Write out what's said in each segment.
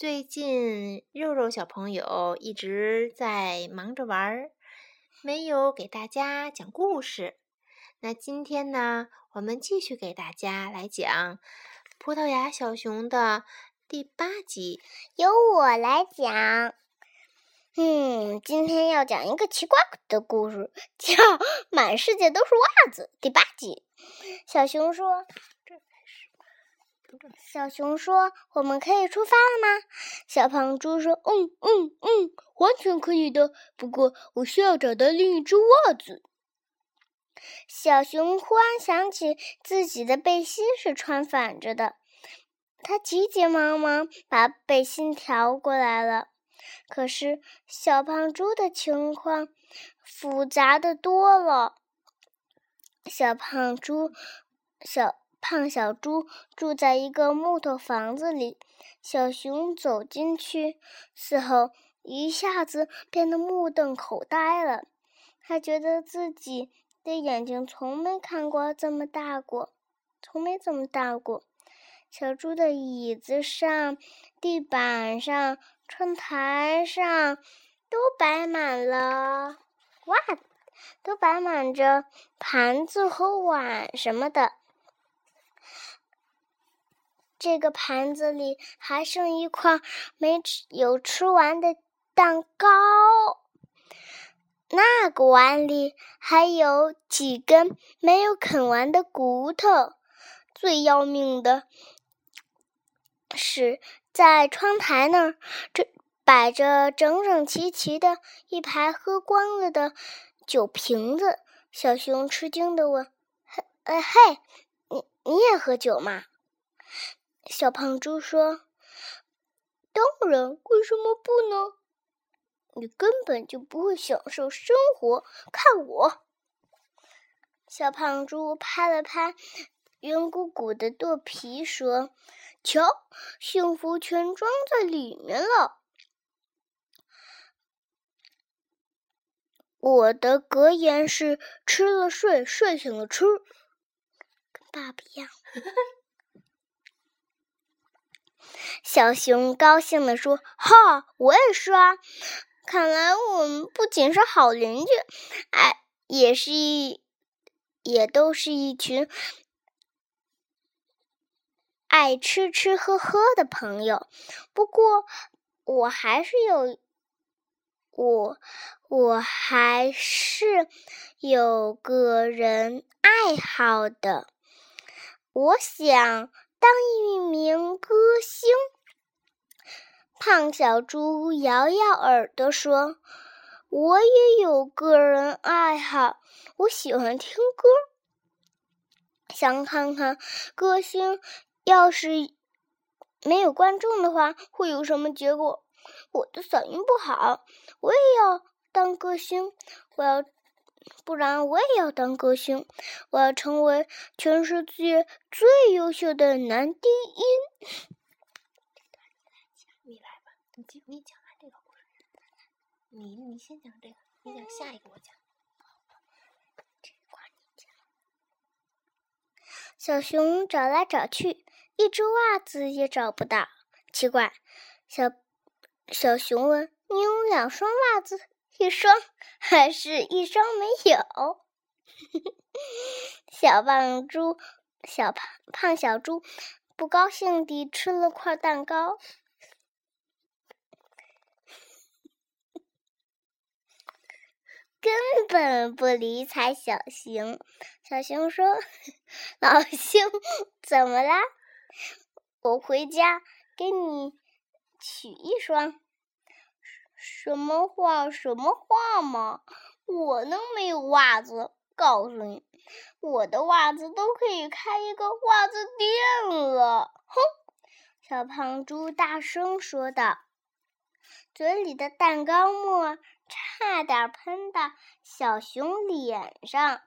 最近肉肉小朋友一直在忙着玩，没有给大家讲故事。那今天呢，我们继续给大家来讲葡萄牙小熊的第8集。 由我来讲。今天要讲一个奇怪的故事，叫《满世界都是袜子》第8集。小熊说：“我们可以出发了吗？”小胖猪说：“完全可以的。不过我需要找到另一只袜子。”小熊忽然想起自己的背心是穿反着的，他急急忙忙把背心调过来了。可是小胖猪的情况复杂的多了。胖小猪住在一个木头房子里，小熊走进去，似乎一下子变得目瞪口呆了。他觉得自己的眼睛从没这么大过。小猪的椅子上、地板上、窗台上都摆满了袜子，都摆满着盘子和碗什么的。这个盘子里还剩一块没有吃完的蛋糕，那个碗里还有几根没有啃完的骨头。最要命的是，在窗台那儿摆着整整齐齐的一排喝光了的酒瓶子。小熊吃惊地问：“嘿，你也喝酒吗？”小胖猪说：“当然，为什么不呢？你根本就不会享受生活，看我！”小胖猪拍了拍圆鼓鼓的肚皮说：“瞧，幸福全装在里面了。我的格言是吃了睡，睡醒了吃，跟爸爸一样。”小熊高兴地说：“哈，我也是啊！看来我们不仅是好邻居，也都是一群爱吃吃喝喝的朋友。不过，我还是有个人爱好的，我想当一名歌星。”胖小猪摇摇耳朵说：“我也有个人爱好，我喜欢听歌。想看看歌星要是没有观众的话，会有什么结果？我的嗓音不好，我也要当歌星。不然我也要当歌星，我要成为全世界最优秀的男低音。” 你来吧，你讲完这个故事，你先讲这个，你讲下一个我讲。这话你讲。 小熊找来找去，一只袜子也找不到。奇怪，小熊问：“你有2双袜子，一双还是一双没有？”胖小猪不高兴地吃了块蛋糕，根本不理睬小熊。小熊说：“老兄，怎么啦？我回家给你取一双。”什么话嘛！我能没有袜子？告诉你，我的袜子都可以开一个袜子店了！哼！小胖猪大声说道，嘴里的蛋糕沫差点喷到小熊脸上。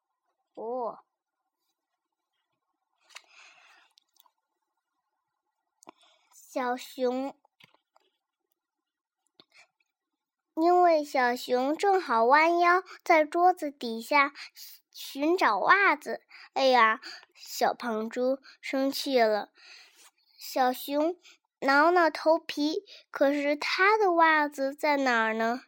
因为小熊正好弯腰在桌子底下寻找袜子，哎呀，小胖猪生气了。小熊挠挠头皮，可是他的袜子在哪儿呢？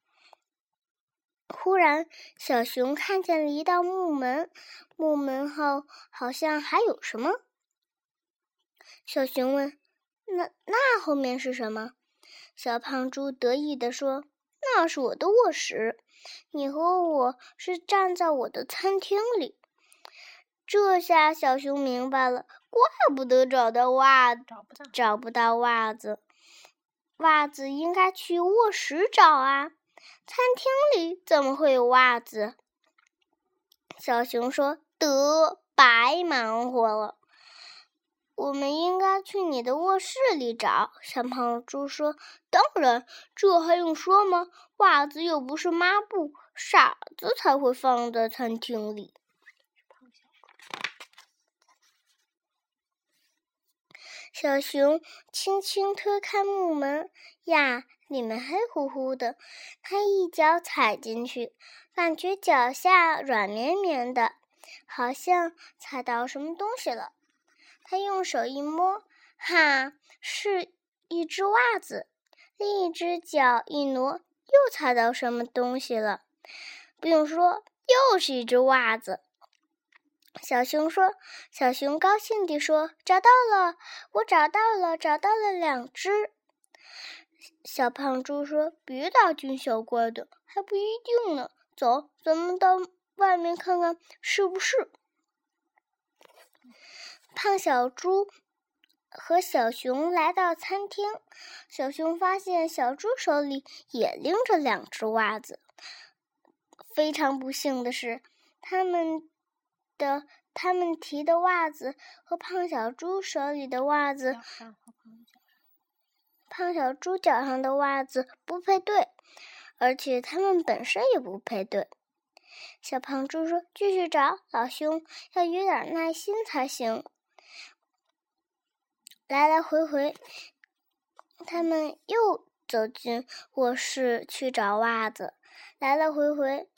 忽然，小熊看见了一道木门，木门后好像还有什么。小熊问：“那后面是什么？”小胖猪得意地说：“那是我的卧室，你和我是站在我的餐厅里。”这下小熊明白了，怪不得找不到袜子，袜子应该去卧室找啊，餐厅里怎么会有袜子？小熊说：“得，白忙活了。我们应该去你的卧室里找。”小胖猪说：“当然，这还用说吗？袜子又不是抹布，傻子才会放在餐厅里。”小熊轻轻推开木门，呀，里面黑乎乎的。他一脚踩进去，感觉脚下软绵绵的，好像踩到什么东西了。他用手一摸，哈，是一只袜子。另一只脚一挪，又踩到什么东西了。不用说，又是一只袜子。小熊高兴地说：“找到了，我找到了2只。”小胖猪说：“别大惊小怪的，还不一定呢。走，咱们到外面看看是不是。”胖小猪和小熊来到餐厅，小熊发现小猪手里也拎着2只袜子。非常不幸的是，他们提的袜子和胖小猪手里的袜子，胖小猪脚上的袜子不配对，而且它们本身也不配对。小胖猪说：“继续找，老兄，要有点耐心才行。”来来回回，他们又走进卧室去找袜子，来来回回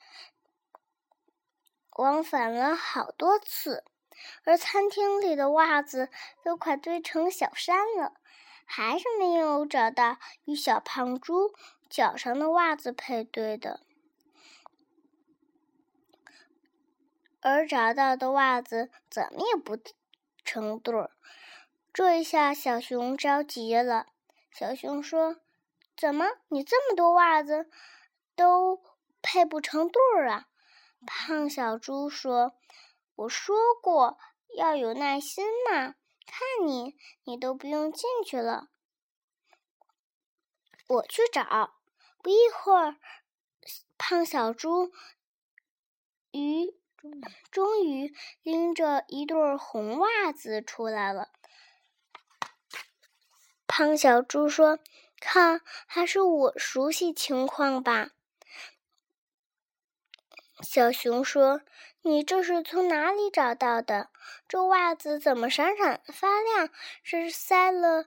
往返了好多次，而餐厅里的袜子都快堆成小山了，还是没有找到与小胖猪脚上的袜子配对的。而找到的袜子怎么也不成对儿。这一下小熊着急了。小熊说：“怎么，你这么多袜子都配不成对儿啊？”胖小猪说：“我说过要有耐心嘛，看你都不用进去了。我去找。”不一会儿，胖小猪终于拎着一对红袜子出来了。胖小猪说：“看，还是我熟悉情况吧。”小熊说：“你这是从哪里找到的？这袜子怎么闪闪发亮？是镶了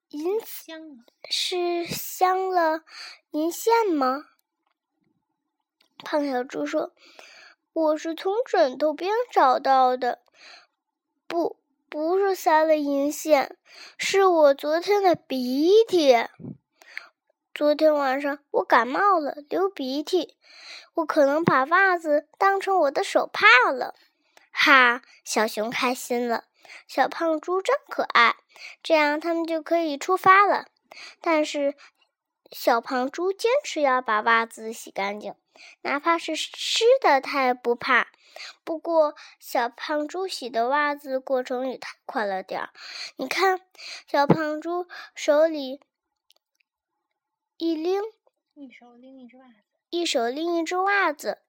银线吗？”胖小猪说：“我是从枕头边找到的，不是塞了银线，是我昨天的鼻涕。昨天晚上我感冒了，流鼻涕，我可能把袜子当成我的手帕了。”哈，小熊开心了，小胖猪真可爱，这样他们就可以出发了。但是小胖猪坚持要把袜子洗干净，哪怕是湿的他也不怕。不过小胖猪洗的袜子过程也太快了点儿。你看，小胖猪手里一手拎一只袜子，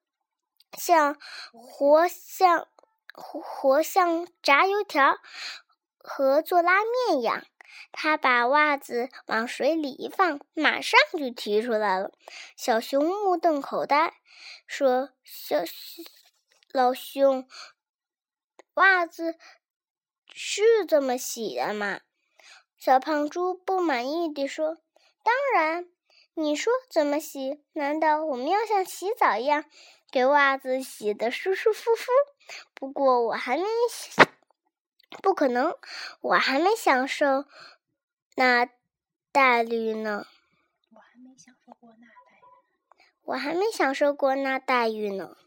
活像炸油条和做拉面一样。他把袜子往水里一放，马上就提出来了。小熊目瞪口呆，说：“老兄，袜子是这么洗的吗？”小胖猪不满意地说：“当然，你说怎么洗？难道我们要像洗澡一样，给袜子洗得舒舒服服？不可能，我还没享受那待遇呢？ 我还没享受过那待遇。 我还没享受过那待遇呢。